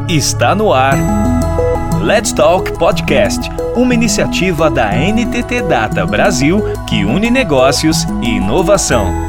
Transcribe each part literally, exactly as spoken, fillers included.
Está no ar. Let's Talk Podcast, uma iniciativa da N T T Data Brasil que une negócios e inovação.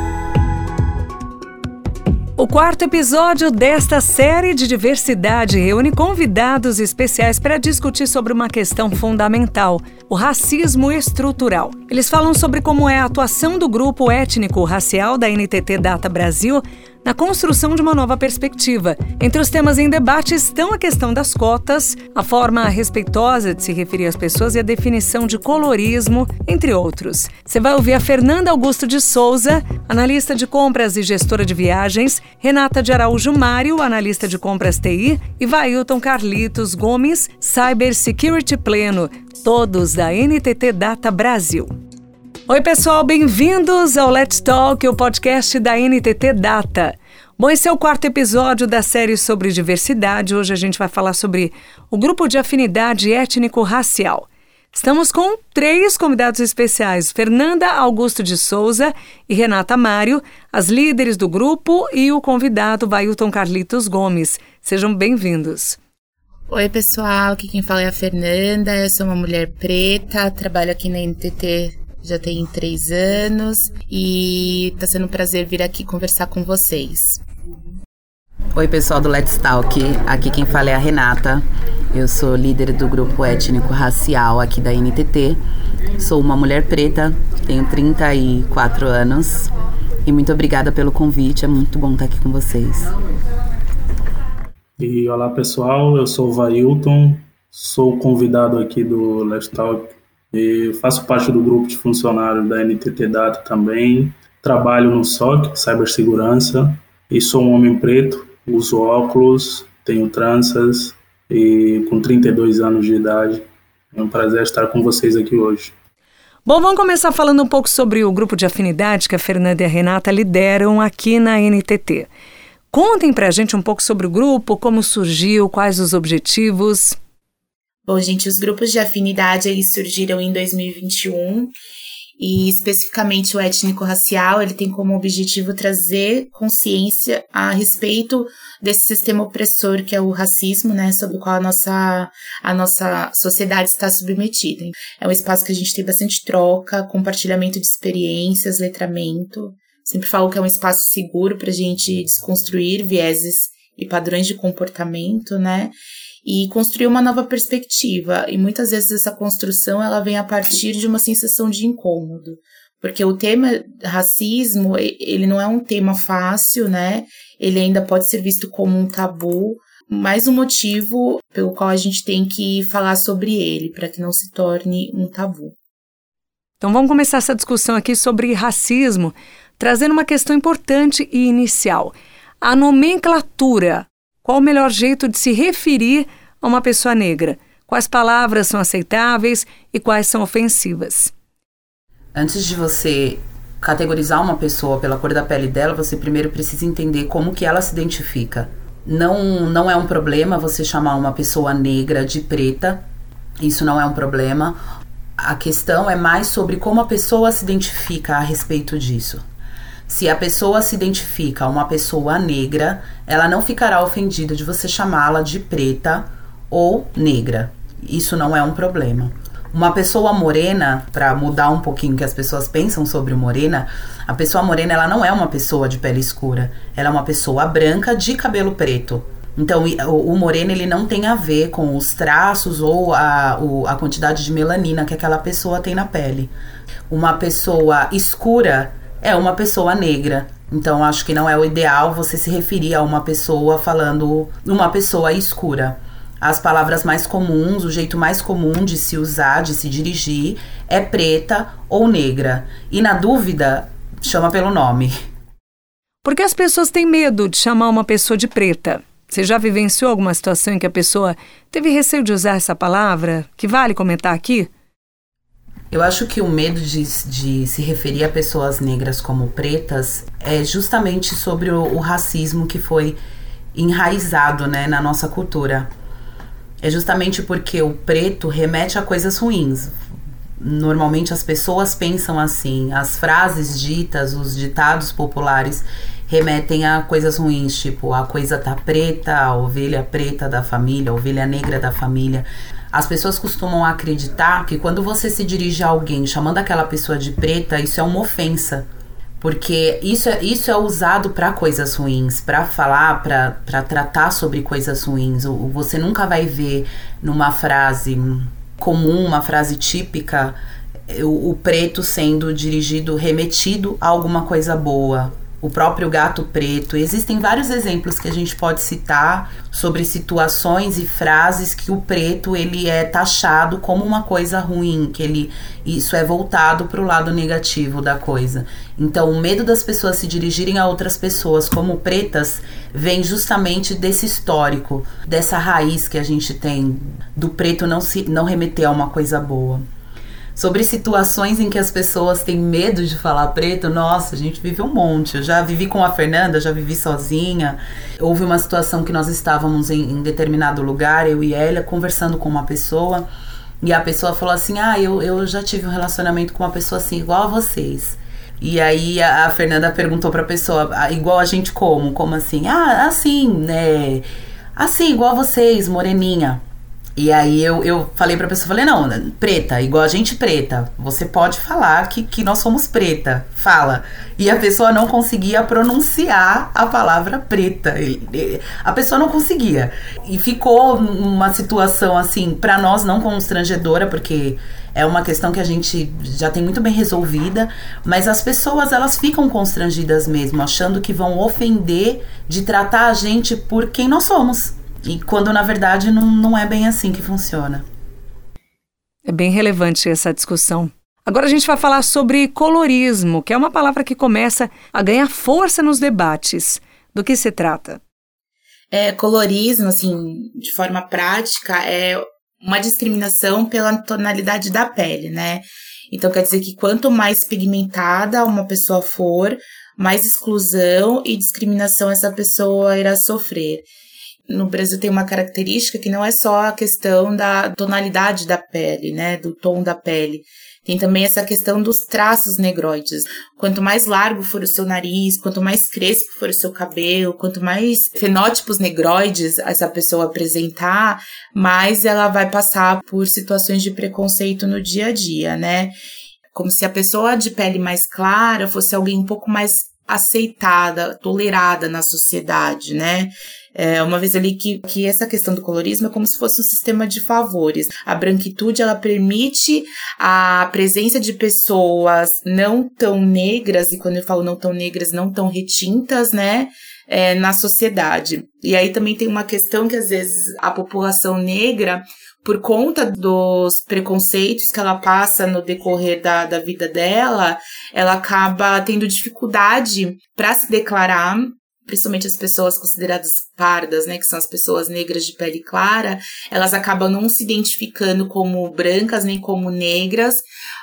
O quarto episódio desta série de diversidade reúne convidados especiais para discutir sobre uma questão fundamental, o racismo estrutural. Eles falam sobre como é a atuação do grupo étnico-racial da N T T Data Brasil na construção de uma nova perspectiva. Entre os temas em debate estão a questão das cotas, a forma respeitosa de se referir às pessoas e a definição de colorismo, entre outros. Você vai ouvir a Fernanda Augusto de Souza, analista de compras e gestora de viagens, Renata de Araújo Mário, analista de compras T I, e Vailton Carlitos Gomes, Cyber Security Pleno, todos da N T T Data Brasil. Oi pessoal, bem-vindos ao Let's Talk, o podcast da N T T Data. Bom, esse é o quarto episódio da série sobre diversidade. Hoje a gente vai falar sobre o grupo de afinidade étnico-racial. Estamos com três convidados especiais, Fernanda Augusto de Souza e Renata Mário, as líderes do grupo, e o convidado Vailton Carlitos Gomes. Sejam bem-vindos. Oi pessoal, aqui quem fala é a Fernanda, eu sou uma mulher preta, trabalho aqui na N T T já tem três anos e tá sendo um prazer vir aqui conversar com vocês. Oi pessoal do Let's Talk, aqui quem fala é a Renata, eu sou líder do grupo étnico-racial aqui da N T T, sou uma mulher preta, tenho trinta e quatro anos e muito obrigada pelo convite, é muito bom estar aqui com vocês. E olá pessoal, eu sou o Vailton, sou convidado aqui do Let's Talk e faço parte do grupo de funcionários da N T T Data também, trabalho no S O C, Cibersegurança, e sou um homem preto, uso óculos, tenho tranças e com trinta e dois anos de idade. É um prazer estar com vocês aqui hoje. Bom, vamos começar falando um pouco sobre o grupo de afinidade que a Fernanda e a Renata lideram aqui na N T T. Contem pra gente um pouco sobre o grupo, como surgiu, quais os objetivos. Bom, gente, os grupos de afinidade eles surgiram em dois mil e vinte e um e especificamente o étnico-racial ele tem como objetivo trazer consciência a respeito desse sistema opressor que é o racismo, né, sobre o qual a nossa, a nossa sociedade está submetida. É um espaço que a gente tem bastante troca, compartilhamento de experiências, letramento. Sempre falo que é um espaço seguro para a gente desconstruir vieses e padrões de comportamento, né? E construir uma nova perspectiva. E muitas vezes essa construção ela vem a partir de uma sensação de incômodo. Porque o tema racismo, ele não é um tema fácil, né? Ele ainda pode ser visto como um tabu. Mais um motivo pelo qual a gente tem que falar sobre ele, para que não se torne um tabu. Então vamos começar essa discussão aqui sobre racismo, trazendo uma questão importante e inicial. A nomenclatura. Qual o melhor jeito de se referir a uma pessoa negra? Quais palavras são aceitáveis e quais são ofensivas? Antes de você categorizar uma pessoa pela cor da pele dela, você primeiro precisa entender como que ela se identifica. Não, não é um problema você chamar uma pessoa negra de preta, isso não é um problema. A questão é mais sobre como a pessoa se identifica a respeito disso. Se a pessoa se identifica uma pessoa negra, ela não ficará ofendida de você chamá-la de preta ou negra. Isso não é um problema. Uma pessoa morena, para mudar um pouquinho o que as pessoas pensam sobre o morena, a pessoa morena ela não é uma pessoa de pele escura, ela é uma pessoa branca de cabelo preto. Então o moreno ele não tem a ver com os traços ou a, o, a quantidade de melanina que aquela pessoa tem na pele. Uma pessoa escura é uma pessoa negra. Então, acho que não é o ideal você se referir a uma pessoa falando uma pessoa escura. As palavras mais comuns, o jeito mais comum de se usar, de se dirigir, é preta ou negra. E na dúvida, chama pelo nome. Por que as pessoas têm medo de chamar uma pessoa de preta? Você já vivenciou alguma situação em que a pessoa teve receio de usar essa palavra? Que vale comentar aqui? Eu acho que o medo de, de se referir a pessoas negras como pretas é justamente sobre o, o racismo que foi enraizado, né, na nossa cultura. É justamente porque o preto remete a coisas ruins. Normalmente as pessoas pensam assim, as frases ditas, os ditados populares, remetem a coisas ruins, tipo a coisa tá preta, a ovelha preta da família, a ovelha negra da família. As pessoas costumam acreditar que quando você se dirige a alguém chamando aquela pessoa de preta, isso é uma ofensa. Porque isso é, isso é usado para coisas ruins, para falar, para tratar sobre coisas ruins. O, você nunca vai ver numa frase comum, uma frase típica, o, o preto sendo dirigido, remetido a alguma coisa boa. O próprio gato preto. Existem vários exemplos que a gente pode citar sobre situações e frases que o preto ele é taxado como uma coisa ruim, que ele, isso é voltado para o lado negativo da coisa. Então, o medo das pessoas se dirigirem a outras pessoas como pretas vem justamente desse histórico, dessa raiz que a gente tem do preto não, se, não remeter a uma coisa boa. Sobre situações em que as pessoas têm medo de falar preto, nossa, a gente vive um monte. Eu já vivi com a Fernanda, já vivi sozinha. Houve uma situação que nós estávamos em, em determinado lugar, eu e ela, conversando com uma pessoa, e a pessoa falou assim, ah, eu, eu já tive um relacionamento com uma pessoa assim, igual a vocês. E aí a, a Fernanda perguntou pra pessoa, ah, igual a gente como? Como assim? Ah, assim, né? Assim, igual a vocês, moreninha. E aí eu, eu falei pra pessoa, falei, não, preta, igual a gente preta, você pode falar que, que nós somos preta, fala. E a pessoa não conseguia pronunciar a palavra preta, a pessoa não conseguia. E ficou uma situação assim, pra nós não constrangedora, porque é uma questão que a gente já tem muito bem resolvida, mas as pessoas, elas ficam constrangidas mesmo, achando que vão ofender de tratar a gente por quem nós somos. E quando, na verdade, não, não é bem assim que funciona. É bem relevante essa discussão. Agora a gente vai falar sobre colorismo, que é uma palavra que começa a ganhar força nos debates. Do que se trata? É, colorismo, assim, de forma prática, é uma discriminação pela tonalidade da pele, né? Então, quer dizer que quanto mais pigmentada uma pessoa for, mais exclusão e discriminação essa pessoa irá sofrer. No Brasil tem uma característica que não é só a questão da tonalidade da pele, né, do tom da pele. Tem também essa questão dos traços negroides. Quanto mais largo for o seu nariz, quanto mais crespo for o seu cabelo, quanto mais fenótipos negroides essa pessoa apresentar, mais ela vai passar por situações de preconceito no dia a dia, né? Como se a pessoa de pele mais clara fosse alguém um pouco mais aceitada, tolerada na sociedade, né? É, uma vez ali que, que essa questão do colorismo é como se fosse um sistema de favores. A branquitude, ela permite a presença de pessoas não tão negras, e quando eu falo não tão negras, não tão retintas, né? É, na sociedade. E aí também tem uma questão que às vezes a população negra, por conta dos preconceitos que ela passa no decorrer da, da vida dela, ela acaba tendo dificuldade para se declarar, principalmente as pessoas consideradas pardas, né, que são as pessoas negras de pele clara, elas acabam não se identificando como brancas nem como negras,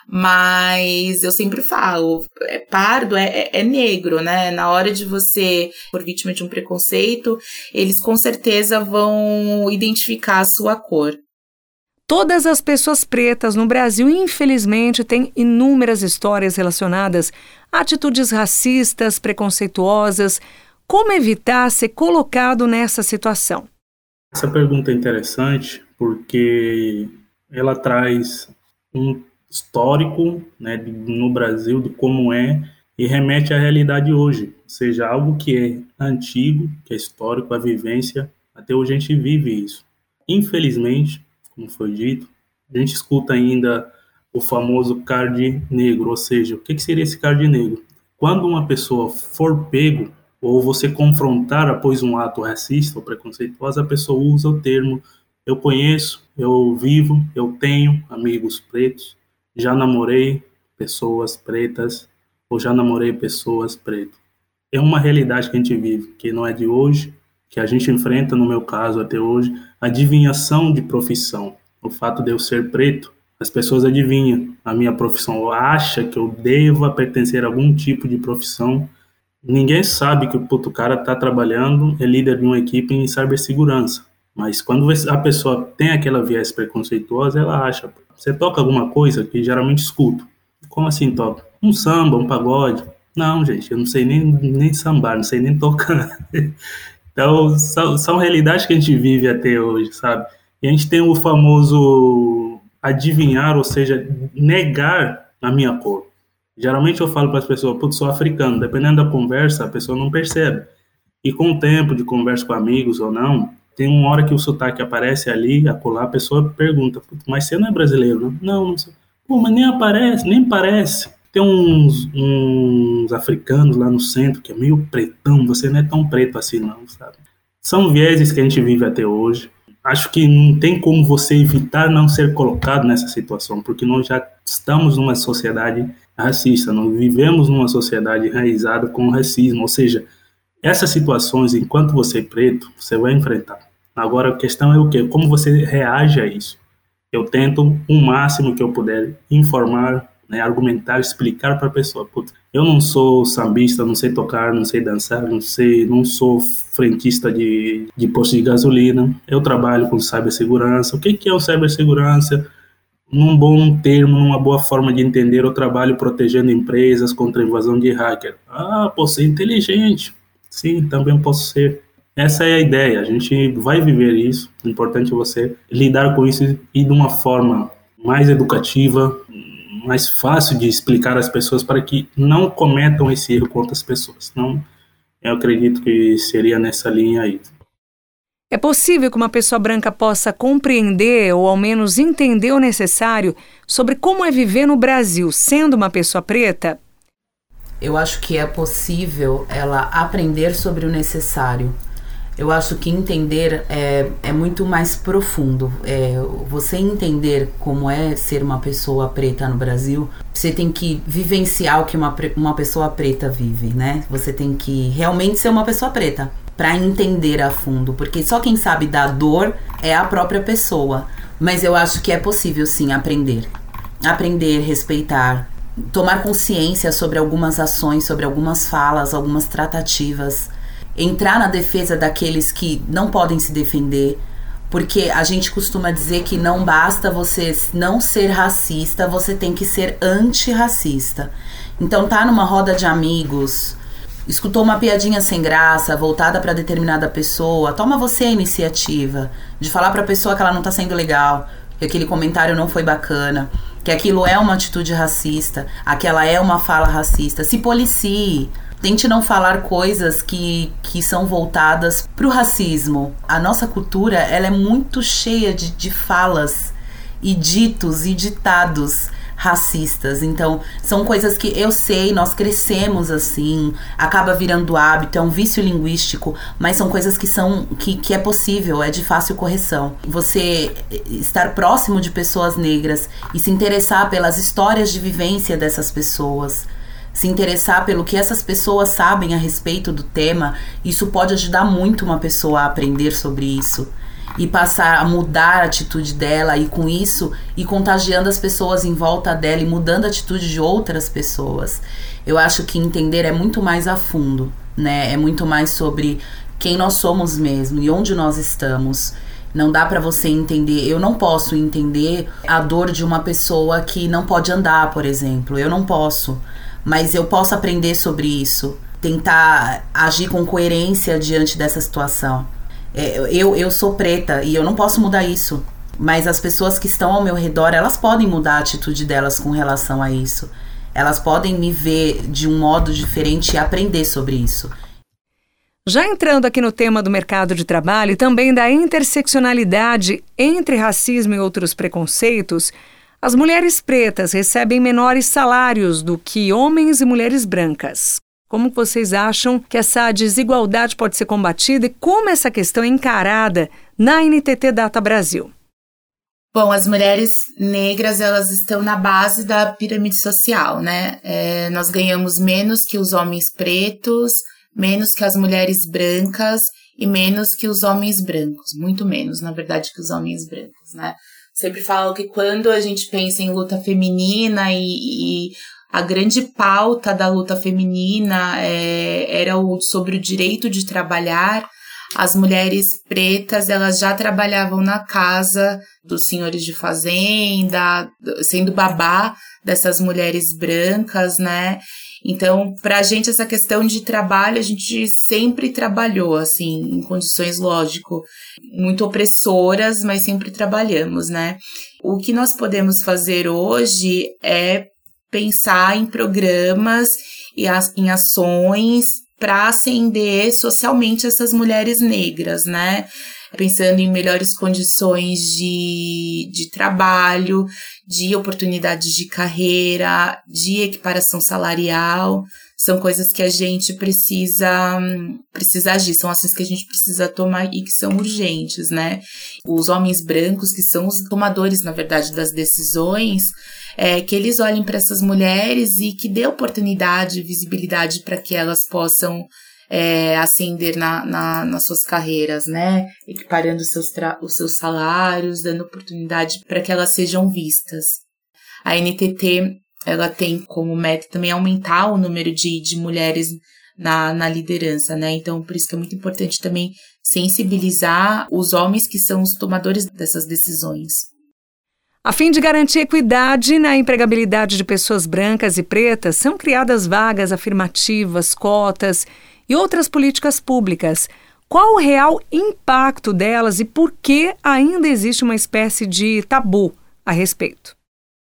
mas eu sempre falo, é pardo, é, é, é negro, né? Na hora de você for vítima de um preconceito, eles com certeza vão identificar a sua cor. Todas as pessoas pretas no Brasil, infelizmente, têm inúmeras histórias relacionadas a atitudes racistas, preconceituosas. Como evitar ser colocado nessa situação? Essa pergunta é interessante porque ela traz um histórico, né, no Brasil de como é e remete à realidade hoje. Ou seja, algo que é antigo, que é histórico, a vivência, até hoje a gente vive isso. Infelizmente, como foi dito, a gente escuta ainda o famoso card negro, ou seja, o que seria esse card negro? Quando uma pessoa for pego, ou você confrontar após um ato racista ou preconceituoso, a pessoa usa o termo eu conheço, eu vivo, eu tenho amigos pretos, já namorei pessoas pretas, ou já namorei pessoas pretas. É uma realidade que a gente vive, que não é de hoje, que a gente enfrenta, no meu caso até hoje, a adivinhação de profissão. O fato de eu ser preto, as pessoas adivinham a minha profissão, acham que eu deva pertencer a algum tipo de profissão. Ninguém sabe que o puto cara está trabalhando, é líder de uma equipe em cibersegurança. Mas quando a pessoa tem aquela viés preconceituosa, ela acha, você toca alguma coisa que geralmente escuto. Como assim toca? Um samba, um pagode. Não, gente, eu não sei nem, nem sambar, não sei nem tocar. Então, são, são realidades que a gente vive até hoje, sabe? E a gente tem o famoso adivinhar, ou seja, negar a minha cor. Geralmente eu falo para as pessoas, putz, sou africano, dependendo da conversa, a pessoa não percebe. E com o tempo de conversa com amigos ou não, tem uma hora que o sotaque aparece ali, acolá, a pessoa pergunta, mas você não é brasileiro, não? Não, não sou. Pô, mas nem aparece, nem parece. Tem uns, uns africanos lá no centro que é meio pretão, você não é tão preto assim não, sabe? São vieses que a gente vive até hoje. Acho que não tem como você evitar não ser colocado nessa situação, porque nós já estamos numa sociedade racista, nós vivemos numa sociedade enraizada com o racismo, ou seja, essas situações, enquanto você é preto, você vai enfrentar. Agora a questão é o quê? Como você reage a isso? Eu tento o máximo que eu puder informar, né, argumentar, explicar para a pessoa. Putz, eu não sou sambista, não sei tocar, não sei dançar, não sei, não sou frentista de, de posto de gasolina. Eu trabalho com cibersegurança. O que, que é o cibersegurança? Num bom termo, numa boa forma de entender, eu trabalho protegendo empresas contra a invasão de hacker. Ah, posso ser inteligente. Sim, também posso ser. Essa é a ideia, a gente vai viver isso, o importante é você lidar com isso e de uma forma mais educativa, mais fácil de explicar às pessoas para que não cometam esse erro com outras pessoas. Então, eu acredito que seria nessa linha aí. É possível que uma pessoa branca possa compreender ou ao menos entender o necessário sobre como é viver no Brasil sendo uma pessoa preta? Eu acho que é possível ela aprender sobre o necessário. Eu acho que entender é, é muito mais profundo. É, você entender como é ser uma pessoa preta no Brasil, você tem que vivenciar o que uma, uma pessoa preta vive, né? Você tem que realmente ser uma pessoa preta para entender a fundo, porque só quem sabe da dor é a própria pessoa. Mas eu acho que é possível sim aprender. Aprender, respeitar, tomar consciência sobre algumas ações, sobre algumas falas, algumas tratativas. Entrar na defesa daqueles que não podem se defender, porque a gente costuma dizer que não basta você não ser racista, você tem que ser antirracista. Então tá numa roda de amigos, escutou uma piadinha sem graça, voltada para determinada pessoa, toma você a iniciativa de falar para a pessoa que ela não tá sendo legal, que aquele comentário não foi bacana, que aquilo é uma atitude racista, aquela é uma fala racista. Se policie. Tente não falar coisas que, que são voltadas para o racismo. A nossa cultura ela é muito cheia de, de falas e ditos e ditados racistas. Então, são coisas que eu sei, nós crescemos assim, acaba virando hábito, é um vício linguístico, mas são coisas que, são, que, que é possível, é de fácil correção. Você estar próximo de pessoas negras e se interessar pelas histórias de vivência dessas pessoas, se interessar pelo que essas pessoas sabem a respeito do tema, isso pode ajudar muito uma pessoa a aprender sobre isso e passar a mudar a atitude dela e com isso ir contagiando as pessoas em volta dela e mudando a atitude de outras pessoas. Eu acho que entender é muito mais a fundo, né? É muito mais sobre quem nós somos mesmo e onde nós estamos. Não dá pra você entender, eu não posso entender a dor de uma pessoa que não pode andar, por exemplo, eu não posso. Mas eu posso aprender sobre isso, tentar agir com coerência diante dessa situação. É, eu, eu sou preta e eu não posso mudar isso, mas as pessoas que estão ao meu redor, elas podem mudar a atitude delas com relação a isso. Elas podem me ver de um modo diferente e aprender sobre isso. Já entrando aqui no tema do mercado de trabalho e também da interseccionalidade entre racismo e outros preconceitos, as mulheres pretas recebem menores salários do que homens e mulheres brancas. Como vocês acham que essa desigualdade pode ser combatida e como essa questão é encarada na N T T Data Brasil? Bom, as mulheres negras, elas estão na base da pirâmide social, né? É, nós ganhamos menos que os homens pretos, menos que as mulheres brancas e menos que os homens brancos. Muito menos, na verdade, que os homens brancos, né? Sempre falo que quando a gente pensa em luta feminina e, e a grande pauta da luta feminina é, era o, sobre o direito de trabalhar, as mulheres pretas elas já trabalhavam na casa dos senhores de fazenda, sendo babá dessas mulheres brancas, né? Então, para a gente, essa questão de trabalho, a gente sempre trabalhou, assim, em condições, lógico, muito opressoras, mas sempre trabalhamos, né? O que nós podemos fazer hoje é pensar em programas e em ações para ascender socialmente essas mulheres negras, né? Pensando em melhores condições de, de trabalho, de oportunidades de carreira, de equiparação salarial. São coisas que a gente precisa, precisa agir, são ações que a gente precisa tomar e que são urgentes, né? Os homens brancos, que são os tomadores, na verdade, das decisões, é, que eles olhem para essas mulheres e que dê oportunidade, visibilidade para que elas possam É, ascender na, na, nas suas carreiras, né? Equiparando os seus, tra- os seus salários, dando oportunidade para que elas sejam vistas. A N T T, ela tem como meta também aumentar o número de, de mulheres na, na liderança, né? Então, por isso que é muito importante também sensibilizar os homens que são os tomadores dessas decisões. A fim de garantir equidade na empregabilidade de pessoas brancas e pretas, são criadas vagas afirmativas, cotas e outras políticas públicas. Qual o real impacto delas e por que ainda existe uma espécie de tabu a respeito?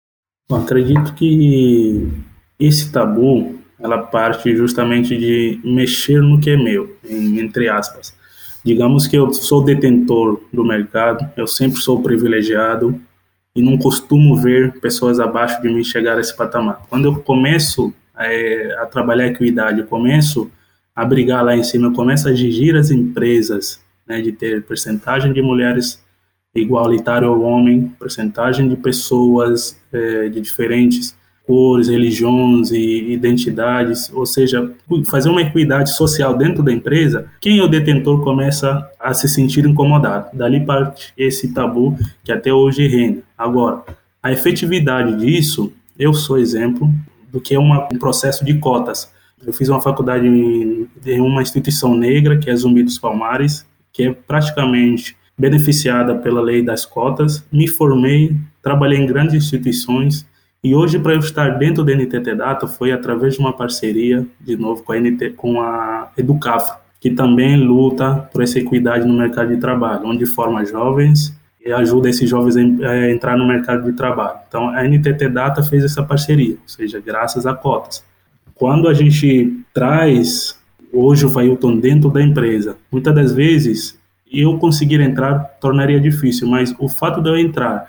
Eu acredito que esse tabu, ela parte justamente de mexer no que é meu, entre aspas. Digamos que eu sou detentor do mercado, eu sempre sou privilegiado e não costumo ver pessoas abaixo de mim chegar a esse patamar. Quando eu começo é, a trabalhar a equidade, eu começo a brigar lá em cima, eu começo a exigir as empresas, né, de ter percentagem de mulheres igualitária ao homem, percentagem de pessoas é, de diferentes cores, religiões e identidades, ou seja, fazer uma equidade social dentro da empresa, quem é o detentor começa a se sentir incomodado. Dali parte esse tabu que até hoje reina. Agora, a efetividade disso, eu sou exemplo do que é uma, um processo de cotas. Eu fiz uma faculdade em, em uma instituição negra, que é Zumbi dos Palmares, que é praticamente beneficiada pela lei das cotas. Me formei, trabalhei em grandes instituições e hoje, para eu estar dentro da N T T Data, foi através de uma parceria, de novo, com a, N T, com a Educafro, que também luta por essa equidade no mercado de trabalho, onde forma jovens e ajuda esses jovens a entrar no mercado de trabalho. Então, a N T T Data fez essa parceria, ou seja, graças a cotas. Quando a gente traz hoje o Vailton dentro da empresa, muitas das vezes eu conseguir entrar tornaria difícil, mas o fato de eu entrar,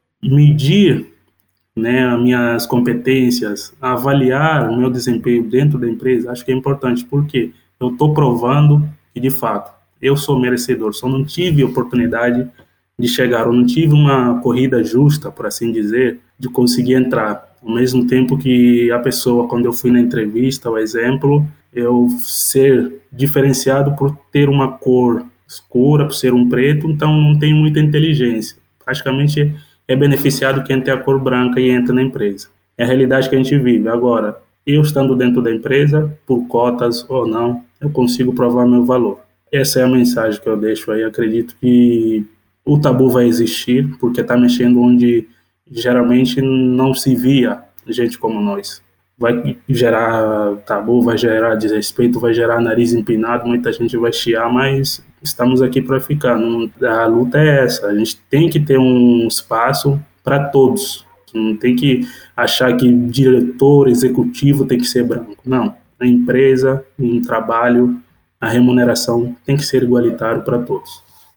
medir, né, as minhas competências, avaliar o meu desempenho dentro da empresa, acho que é importante, porque eu estou provando que, de fato, eu sou merecedor, só não tive oportunidade de chegar, ou não tive uma corrida justa, por assim dizer, de conseguir entrar. Ao mesmo tempo que a pessoa, quando eu fui na entrevista, o exemplo, eu ser diferenciado por ter uma cor escura, por ser um preto, então não tem muita inteligência. Praticamente é beneficiado quem tem a cor branca e entra na empresa. É a realidade que a gente vive. Agora, eu estando dentro da empresa, por cotas ou não, eu consigo provar meu valor. Essa é a mensagem que eu deixo aí. Acredito que o tabu vai existir, porque está mexendo onde geralmente não se via gente como nós. Vai gerar tabu, vai gerar desrespeito, vai gerar nariz empinado, muita gente vai chiar, mas estamos aqui para ficar. A luta é essa, a gente tem que ter um espaço para todos. Não tem que achar que diretor, executivo tem que ser branco. Não, a empresa, um trabalho, a remuneração tem que ser igualitário para todos.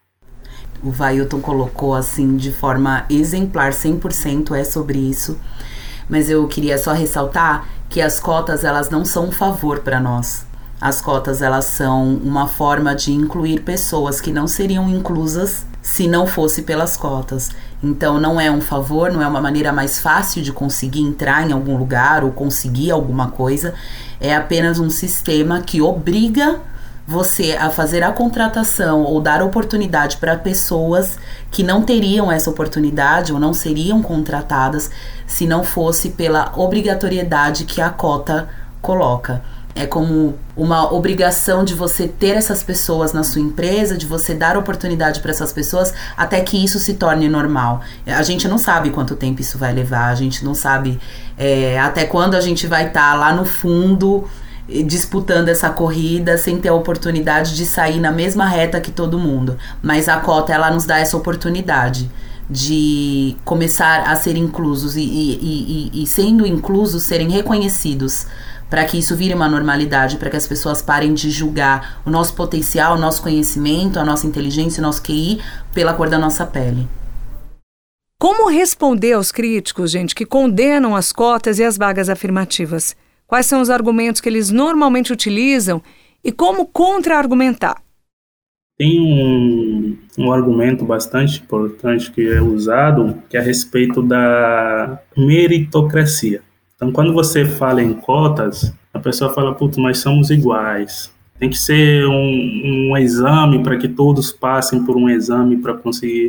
O Vailton colocou assim de forma exemplar, cem por cento é sobre isso. Mas eu queria só ressaltar que as cotas, elas não são um favor para nós. As cotas, elas são uma forma de incluir pessoas que não seriam inclusas se não fosse pelas cotas. Então, não é um favor, não é uma maneira mais fácil de conseguir entrar em algum lugar ou conseguir alguma coisa. É apenas um sistema que obriga você a fazer a contratação ou dar oportunidade para pessoas que não teriam essa oportunidade ou não seriam contratadas se não fosse pela obrigatoriedade que a cota coloca. É como uma obrigação de você ter essas pessoas na sua empresa, de você dar oportunidade para essas pessoas até que isso se torne normal. A gente não sabe quanto tempo isso vai levar, a gente não sabe é, até quando a gente vai estar tá lá no fundo disputando essa corrida sem ter a oportunidade de sair na mesma reta que todo mundo. Mas a cota, ela nos dá essa oportunidade de começar a ser inclusos e, e, e, e sendo inclusos, serem reconhecidos, para que isso vire uma normalidade, para que as pessoas parem de julgar o nosso potencial, o nosso conhecimento, a nossa inteligência, o nosso Q I pela cor da nossa pele. Como responder aos críticos, gente, que condenam as cotas e as vagas afirmativas? Quais são os argumentos que eles normalmente utilizam e como contra-argumentar? Tem um, um argumento bastante importante que é usado, que é a respeito da meritocracia. Então, quando você fala em cotas, a pessoa fala, putz, nós somos iguais. Tem que ser um, um exame para que todos passem por um exame para conseguir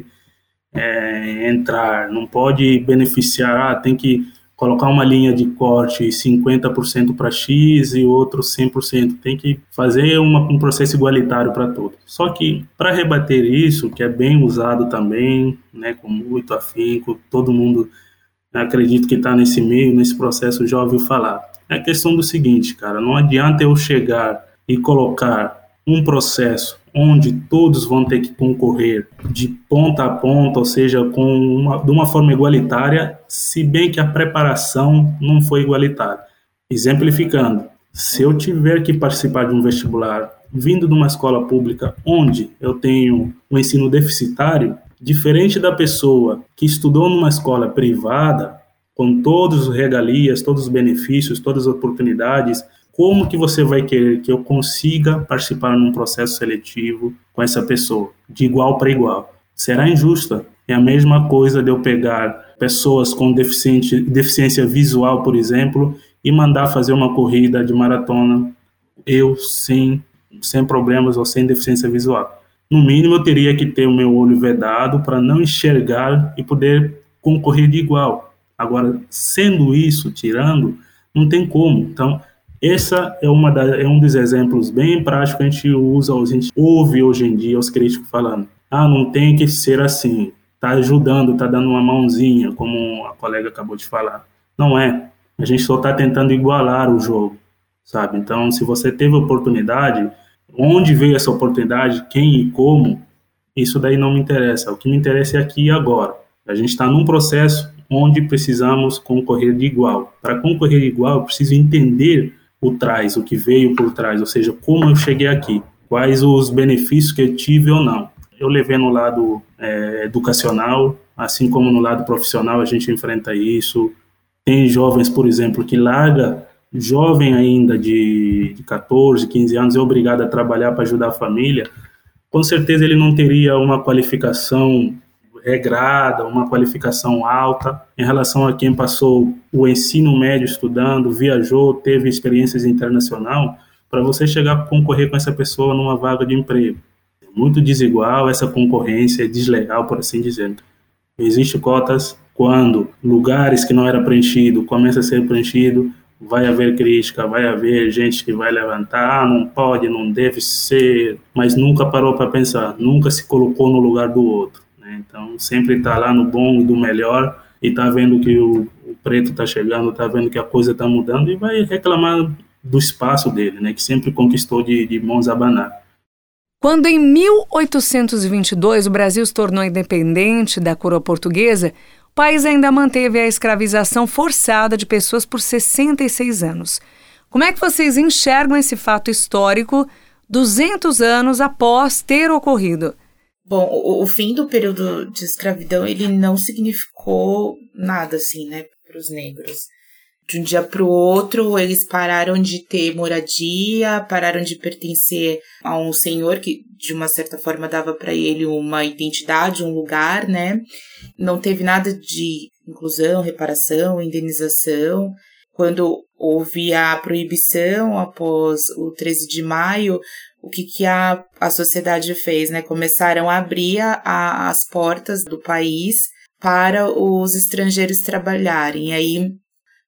é, entrar. Não pode beneficiar, ah, tem que colocar uma linha de corte cinquenta por cento para X e outro cem por cento. Tem que fazer uma, um processo igualitário para todos. Só que, para rebater isso, que é bem usado também, né, com muito afinco, todo mundo, acredito que está nesse meio, nesse processo, já ouviu falar. É a questão do seguinte, cara, não adianta eu chegar e colocar um processo onde todos vão ter que concorrer de ponta a ponta, ou seja, com uma, de uma forma igualitária, se bem que a preparação não foi igualitária. Exemplificando, se eu tiver que participar de um vestibular vindo de uma escola pública onde eu tenho um ensino deficitário, diferente da pessoa que estudou numa escola privada, com todos os regalias, todos os benefícios, todas as oportunidades, como que você vai querer que eu consiga participar num processo seletivo com essa pessoa, de igual para igual? Será injusta. É a mesma coisa de eu pegar pessoas com deficiente, deficiência visual, por exemplo, e mandar fazer uma corrida de maratona, eu sem, sem problemas ou sem deficiência visual. No mínimo, eu teria que ter o meu olho vedado para não enxergar e poder concorrer de igual. Agora, sendo isso, tirando, não tem como. Então, essa é, uma da, é um dos exemplos bem práticos que a gente usa, a gente ouve hoje em dia os críticos falando, ah, não tem que ser assim, está ajudando, está dando uma mãozinha, como a colega acabou de falar. Não é. A gente só está tentando igualar o jogo, sabe? Então, se você teve oportunidade, onde veio essa oportunidade, quem e como, isso daí não me interessa. O que me interessa é aqui e agora. A gente está num processo onde precisamos concorrer de igual. Para concorrer de igual, eu preciso entender o trás, o que veio por trás, ou seja, como eu cheguei aqui, quais os benefícios que eu tive ou não. Eu levei no lado é, educacional, assim como no lado profissional a gente enfrenta isso. Tem jovens, por exemplo, que larga, jovem ainda de, de catorze, quinze anos, é obrigado a trabalhar para ajudar a família. Com certeza ele não teria uma qualificação regrada, uma qualificação alta em relação a quem passou o ensino médio estudando, viajou, teve experiências internacionais, para você chegar a concorrer com essa pessoa numa vaga de emprego. É muito desigual, essa concorrência é desleal, por assim dizer. Existem cotas quando lugares que não era preenchido começam a ser preenchido, vai haver crítica, vai haver gente que vai levantar, ah, não pode, não deve ser, mas nunca parou para pensar, nunca se colocou no lugar do outro. Então, sempre está lá no bom e do melhor e está vendo que o, o preto está chegando, está vendo que a coisa está mudando e vai reclamar do espaço dele, né, que sempre conquistou de, de mãos a abanar. Quando em mil oitocentos e vinte e dois o Brasil se tornou independente da coroa portuguesa, o país ainda manteve a escravização forçada de pessoas por sessenta e seis anos. Como é que vocês enxergam esse fato histórico duzentos anos após ter ocorrido? Bom, o, o fim do período de escravidão, ele não significou nada, assim, né, para os negros. De um dia para o outro, eles pararam de ter moradia, pararam de pertencer a um senhor que, de uma certa forma, dava para ele uma identidade, um lugar, né? Não teve nada de inclusão, reparação, indenização. Quando houve a proibição após o treze de maio, o que, que a, a sociedade fez, né? Começaram a abrir a, as portas do país para os estrangeiros trabalharem. E aí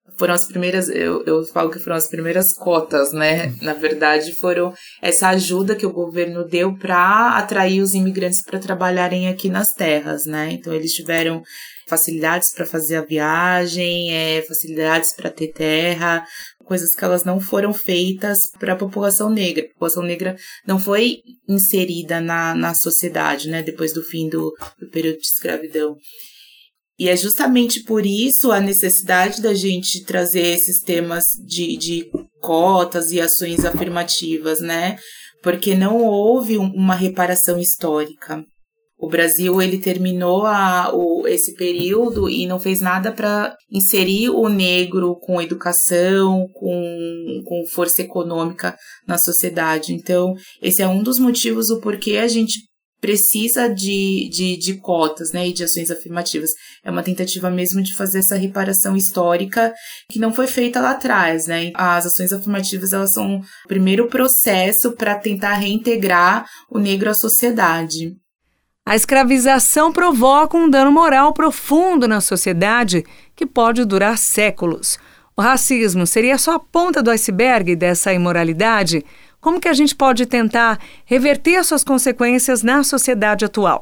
Foram as primeiras, eu, eu falo que foram as primeiras cotas, né? Na verdade, foram essa ajuda que o governo deu para atrair os imigrantes para trabalharem aqui nas terras, né? Então, eles tiveram facilidades para fazer a viagem, é, facilidades para ter terra, coisas que elas não foram feitas para a população negra. A população negra não foi inserida na, na sociedade, né? Depois do fim do, do período de escravidão. E é justamente por isso a necessidade da gente trazer esses temas de, de cotas e ações afirmativas, né? Porque não houve um, uma reparação histórica. O Brasil, ele terminou a, o, esse período e não fez nada para inserir o negro com educação, com, com força econômica na sociedade. Então, esse é um dos motivos do porquê a gente precisa de, de, de cotas, né, e de ações afirmativas. É uma tentativa mesmo de fazer essa reparação histórica que não foi feita lá atrás, né? As ações afirmativas, elas são o primeiro processo para tentar reintegrar o negro à sociedade. A escravização provoca um dano moral profundo na sociedade que pode durar séculos. O racismo seria só a ponta do iceberg dessa imoralidade? Como que a gente pode tentar reverter as suas consequências na sociedade atual?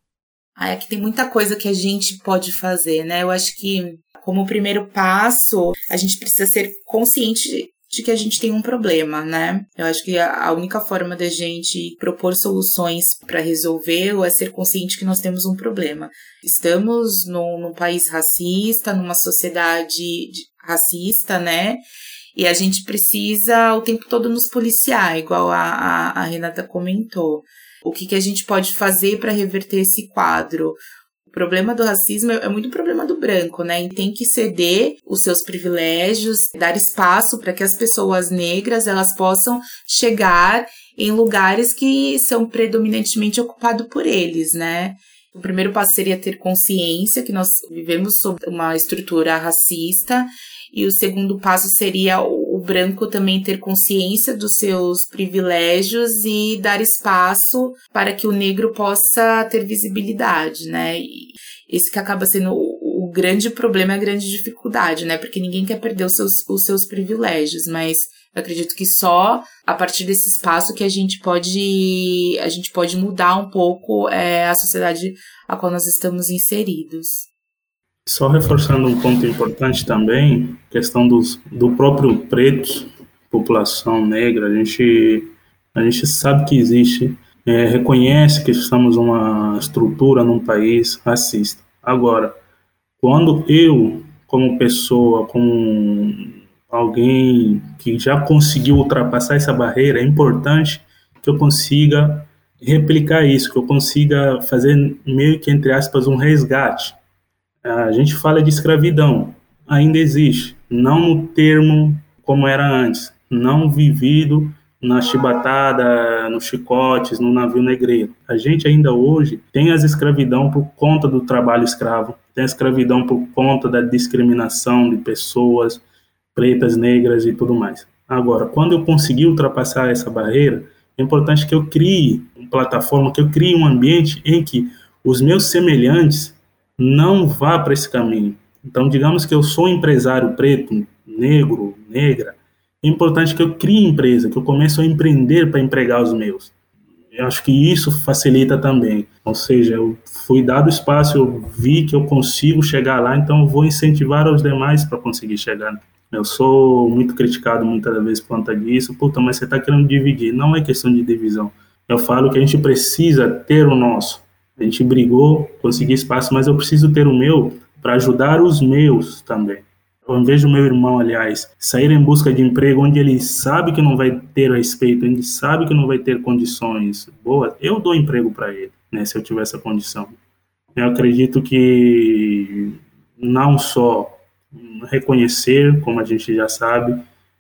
Ah, é que tem muita coisa que a gente pode fazer, né? Eu acho que, como primeiro passo, a gente precisa ser consciente de que a gente tem um problema, né? Eu acho que a única forma da gente propor soluções para resolvê-lo é ser consciente que nós temos um problema. Estamos num, num país racista, numa sociedade racista, né? E a gente precisa o tempo todo nos policiar, igual a, a, a Renata comentou. O que, que a gente pode fazer para reverter esse quadro? O problema do racismo é muito o problema do branco, né? E tem que ceder os seus privilégios, dar espaço para que as pessoas negras elas possam chegar em lugares que são predominantemente ocupados por eles, né? O primeiro passo seria ter consciência que nós vivemos sob uma estrutura racista. E o segundo passo seria o branco também ter consciência dos seus privilégios e dar espaço para que o negro possa ter visibilidade, né? E esse que acaba sendo o, o grande problema, a grande dificuldade, né? Porque ninguém quer perder os seus, os seus privilégios, mas eu acredito que só a partir desse espaço que a gente pode, a gente pode mudar um pouco é, a sociedade a qual nós estamos inseridos. Só reforçando um ponto importante também, questão dos, do próprio preto, população negra, a gente, a gente sabe que existe, é, reconhece que estamos numa estrutura num país racista. Agora, quando eu, como pessoa, como alguém que já conseguiu ultrapassar essa barreira, é importante que eu consiga replicar isso, que eu consiga fazer meio que, entre aspas, um resgate. A gente fala de escravidão, ainda existe, não no termo como era antes, não vivido na chibatada, nos chicotes, no navio negreiro. A gente ainda hoje tem a escravidão por conta do trabalho escravo, tem a escravidão por conta da discriminação de pessoas pretas, negras e tudo mais. Agora, quando eu conseguir ultrapassar essa barreira, é importante que eu crie uma plataforma, que eu crie um ambiente em que os meus semelhantes não vá para esse caminho. Então, digamos que eu sou um empresário preto, negro, negra, é importante que eu crie empresa, que eu comece a empreender para empregar os meus. Eu acho que isso facilita também. Ou seja, eu fui dado espaço, eu vi que eu consigo chegar lá, então eu vou incentivar os demais para conseguir chegar. Eu sou muito criticado muitas vezes por conta disso. Puta, mas você está querendo dividir. Não é questão de divisão. Eu falo que a gente precisa ter o nosso. A gente brigou, consegui espaço, mas eu preciso ter o meu para ajudar os meus também. Eu vejo o meu irmão, aliás, sair em busca de emprego onde ele sabe que não vai ter respeito, ele sabe que não vai ter condições boas. Eu dou emprego para ele, né, se eu tiver essa condição. Eu acredito que não só reconhecer, como a gente já sabe,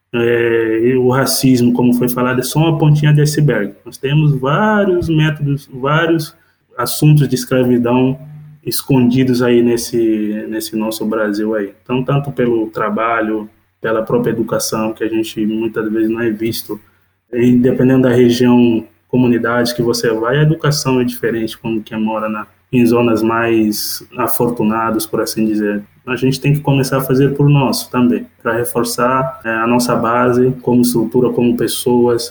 é, o racismo, como foi falado, é só uma pontinha de iceberg. Nós temos vários métodos, vários assuntos de escravidão escondidos aí nesse, nesse nosso Brasil aí. Então, tanto pelo trabalho, pela própria educação, que a gente muitas vezes não é visto, e dependendo da região, comunidade que você vai, a educação é diferente quando quem mora na, em zonas mais afortunadas, por assim dizer. a gente tem que começar a fazer por nós também, para reforçar é, a nossa base como estrutura, como pessoas,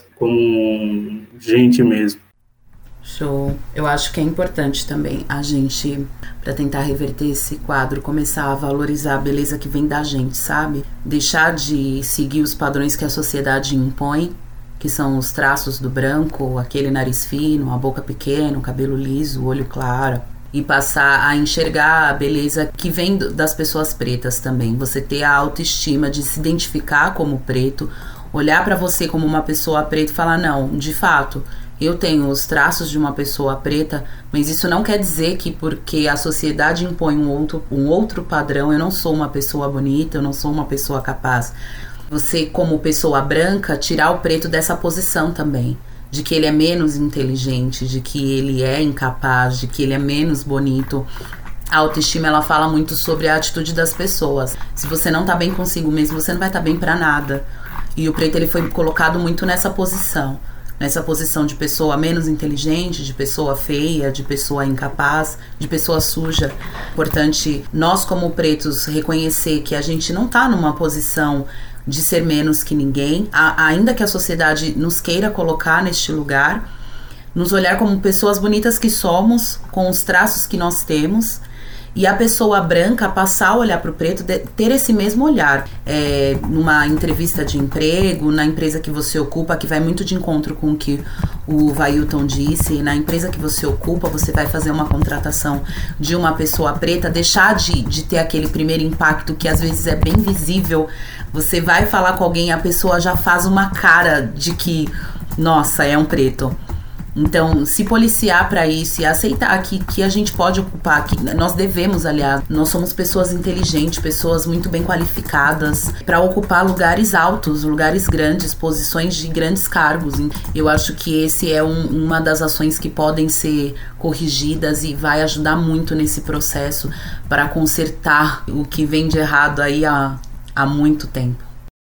como gente mesmo. Show. Eu acho que é importante também a gente, para tentar reverter esse quadro, começar a valorizar a beleza que vem da gente, sabe? Deixar de seguir os padrões que a sociedade impõe, que são os traços do branco, aquele nariz fino, a boca pequena, o cabelo liso, o olho claro, e passar a enxergar a beleza que vem das pessoas pretas também. Você ter a autoestima de se identificar como preto, olhar para você como uma pessoa preta e falar, não, de fato, eu tenho os traços de uma pessoa preta, mas isso não quer dizer que porque a sociedade impõe um outro, um outro padrão, eu não sou uma pessoa bonita, eu não sou uma pessoa capaz. Você, como pessoa branca, tirar o preto dessa posição também, de que ele é menos inteligente, de que ele é incapaz, de que ele é menos bonito. A autoestima, ela fala muito sobre a atitude das pessoas. Se você não tá bem consigo mesmo, você não vai estar bem pra nada. E o preto, ele foi colocado muito nessa posição. Nessa posição de pessoa menos inteligente, de pessoa feia, de pessoa incapaz, de pessoa suja. Importante nós, como pretos, reconhecer que a gente não tá numa posição de ser menos que ninguém, a, ainda que a sociedade nos queira colocar neste lugar, nos olhar como pessoas bonitas que somos, com os traços que nós temos, e a pessoa branca passar a olhar para o preto, de, ter esse mesmo olhar. É, numa entrevista de emprego, na empresa que você ocupa, que vai muito de encontro com o que o Vailton disse, na empresa que você ocupa, você vai fazer uma contratação de uma pessoa preta, deixar de, de ter aquele primeiro impacto que às vezes é bem visível. Você vai falar com alguém, a pessoa já faz uma cara de que, nossa, é um preto. Então, se policiar para isso e aceitar que, que a gente pode ocupar, que nós devemos, aliás, nós somos pessoas inteligentes, pessoas muito bem qualificadas para ocupar lugares altos, lugares grandes, posições de grandes cargos. Eu acho que esse é um, uma das ações que podem ser corrigidas e vai ajudar muito nesse processo para consertar o que vem de errado aí há, há muito tempo.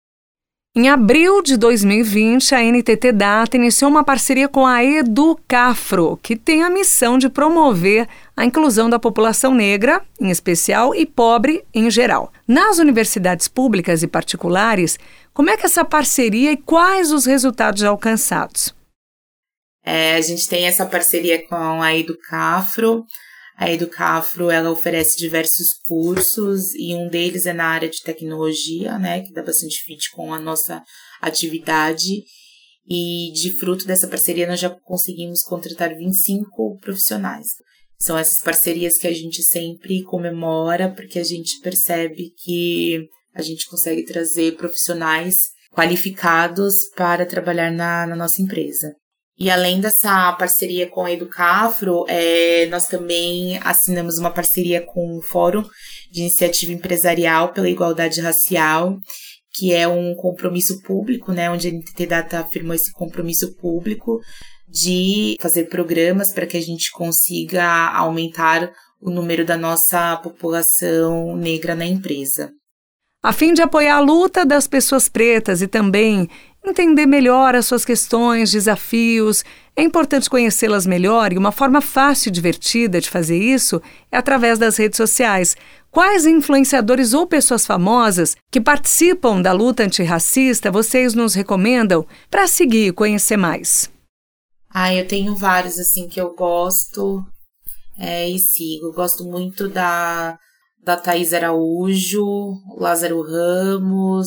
Em abril de dois mil e vinte, a N T T Data iniciou uma parceria com a Educafro, que tem a missão de promover a inclusão da população negra, em especial, e pobre em geral. Nas universidades públicas e particulares, como é que essa parceria e quais os resultados alcançados? É, a gente tem essa parceria com a Educafro. A Educafro, ela oferece diversos cursos e um deles é na área de tecnologia, né, que dá bastante fit com a nossa atividade. E de fruto dessa parceria nós já conseguimos contratar vinte e cinco profissionais. São essas parcerias que a gente sempre comemora, porque a gente percebe que a gente consegue trazer profissionais qualificados para trabalhar na, na nossa empresa. E além dessa parceria com a Educafro, é, nós também assinamos uma parceria com o Fórum de Iniciativa Empresarial pela Igualdade Racial, que é um compromisso público, né, onde a N T T Data afirmou esse compromisso público de fazer programas para que a gente consiga aumentar o número da nossa população negra na empresa. A fim de apoiar a luta das pessoas pretas e também entender melhor as suas questões, desafios, é importante conhecê-las melhor e uma forma fácil e divertida de fazer isso é através das redes sociais. Quais influenciadores ou pessoas famosas que participam da luta antirracista vocês nos recomendam para seguir e conhecer mais? Ah, eu tenho vários assim que eu gosto é, e sigo. Eu gosto muito da, da Thaís Araújo, Lázaro Ramos,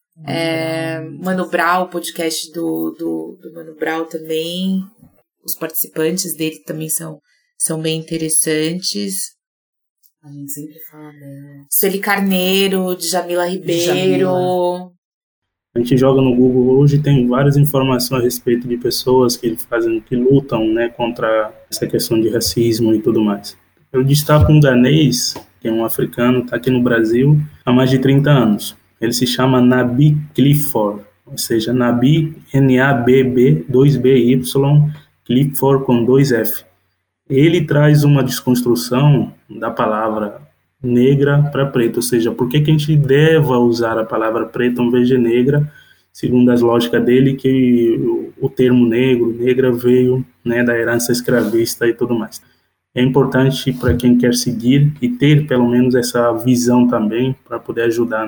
É, Mano Brown, o podcast do, do, do Mano Brown também. Os participantes dele também são, são bem interessantes. A gente sempre fala dela. Sueli Carneiro, Djamila Ribeiro. Djamila. A gente joga no Google hoje, tem várias informações a respeito de pessoas que fazem, que lutam, né, contra essa questão de racismo e tudo mais. Eu destaco um ganês, que é um africano, está aqui no Brasil há mais de trinta anos. Ele se chama Nabi Clifford, ou seja, Nabi, N A B B, dois B Y, Clifford com dois F. Ele traz uma desconstrução da palavra negra para preto, ou seja, por que, que a gente deve usar a palavra preto em vez de negra, segundo as lógicas dele, que o, o termo negro, negra veio, né, da herança escravista e tudo mais. é importante para quem quer seguir e ter pelo menos essa visão também para poder ajudar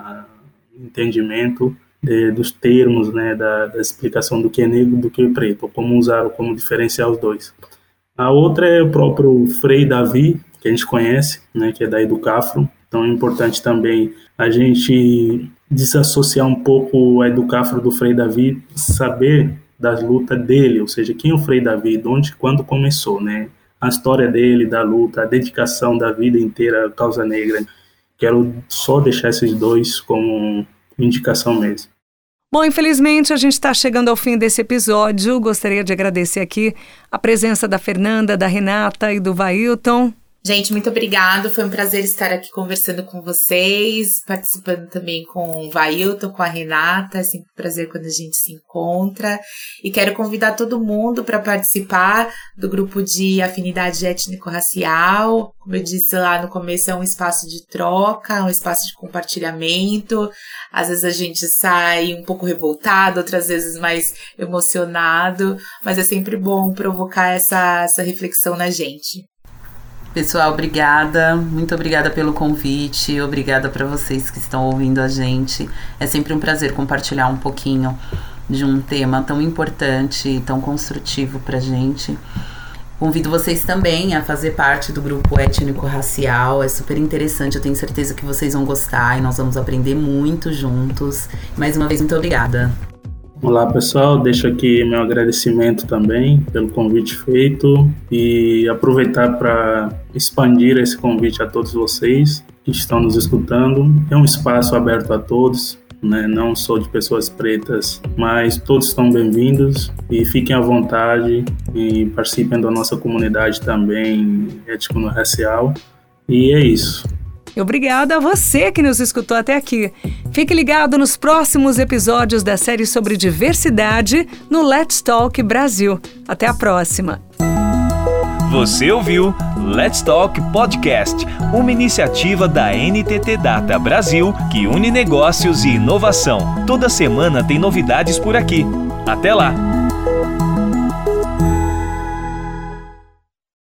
no entendimento de, dos termos, né, da, da explicação do que é negro do que é preto, como usar ou como diferenciar os dois. A outra é o próprio Frei Davi, que a gente conhece, né, que é da Educafro. Então é importante também a gente desassociar um pouco a Educafro do Frei Davi, saber das lutas dele, ou seja, quem é o Frei Davi, de onde, quando começou, né? A história dele, da luta, a dedicação da vida inteira à causa negra. Quero só deixar esses dois como indicação mesmo. Bom, infelizmente a gente está chegando ao fim desse episódio. Gostaria de agradecer aqui a presença da Fernanda, da Renata e do Vailton. Gente, muito obrigado. Foi um prazer estar aqui conversando com vocês, participando também com o Vailton, com a Renata. É sempre um prazer quando a gente se encontra. E quero convidar todo mundo para participar do grupo de afinidade étnico-racial. Como eu disse lá no começo, é um espaço de troca, um espaço de compartilhamento. Às vezes a gente sai um pouco revoltado, outras vezes mais emocionado, mas é sempre bom provocar essa, essa reflexão na gente. Pessoal, obrigada, muito obrigada pelo convite, obrigada para vocês que estão ouvindo a gente. É sempre um prazer compartilhar um pouquinho de um tema tão importante e tão construtivo pra gente. Convido vocês também a fazer parte do grupo étnico-racial, é super interessante, eu tenho certeza que vocês vão gostar e nós vamos aprender muito juntos. Mais uma vez, muito obrigada. Olá pessoal, deixo aqui meu agradecimento também pelo convite feito e aproveitar para expandir esse convite a todos vocês que estão nos escutando. É um espaço aberto a todos, né? Não só de pessoas pretas, mas todos estão bem-vindos e fiquem à vontade e participem da nossa comunidade também étnico-racial. E é isso. Obrigada a você que nos escutou até aqui. Fique ligado nos próximos episódios da série sobre diversidade no Let's Talk Brasil. Até a próxima. Você ouviu Let's Talk Podcast, uma iniciativa da N T T Data Brasil que une negócios e inovação. Toda semana tem novidades por aqui. Até lá!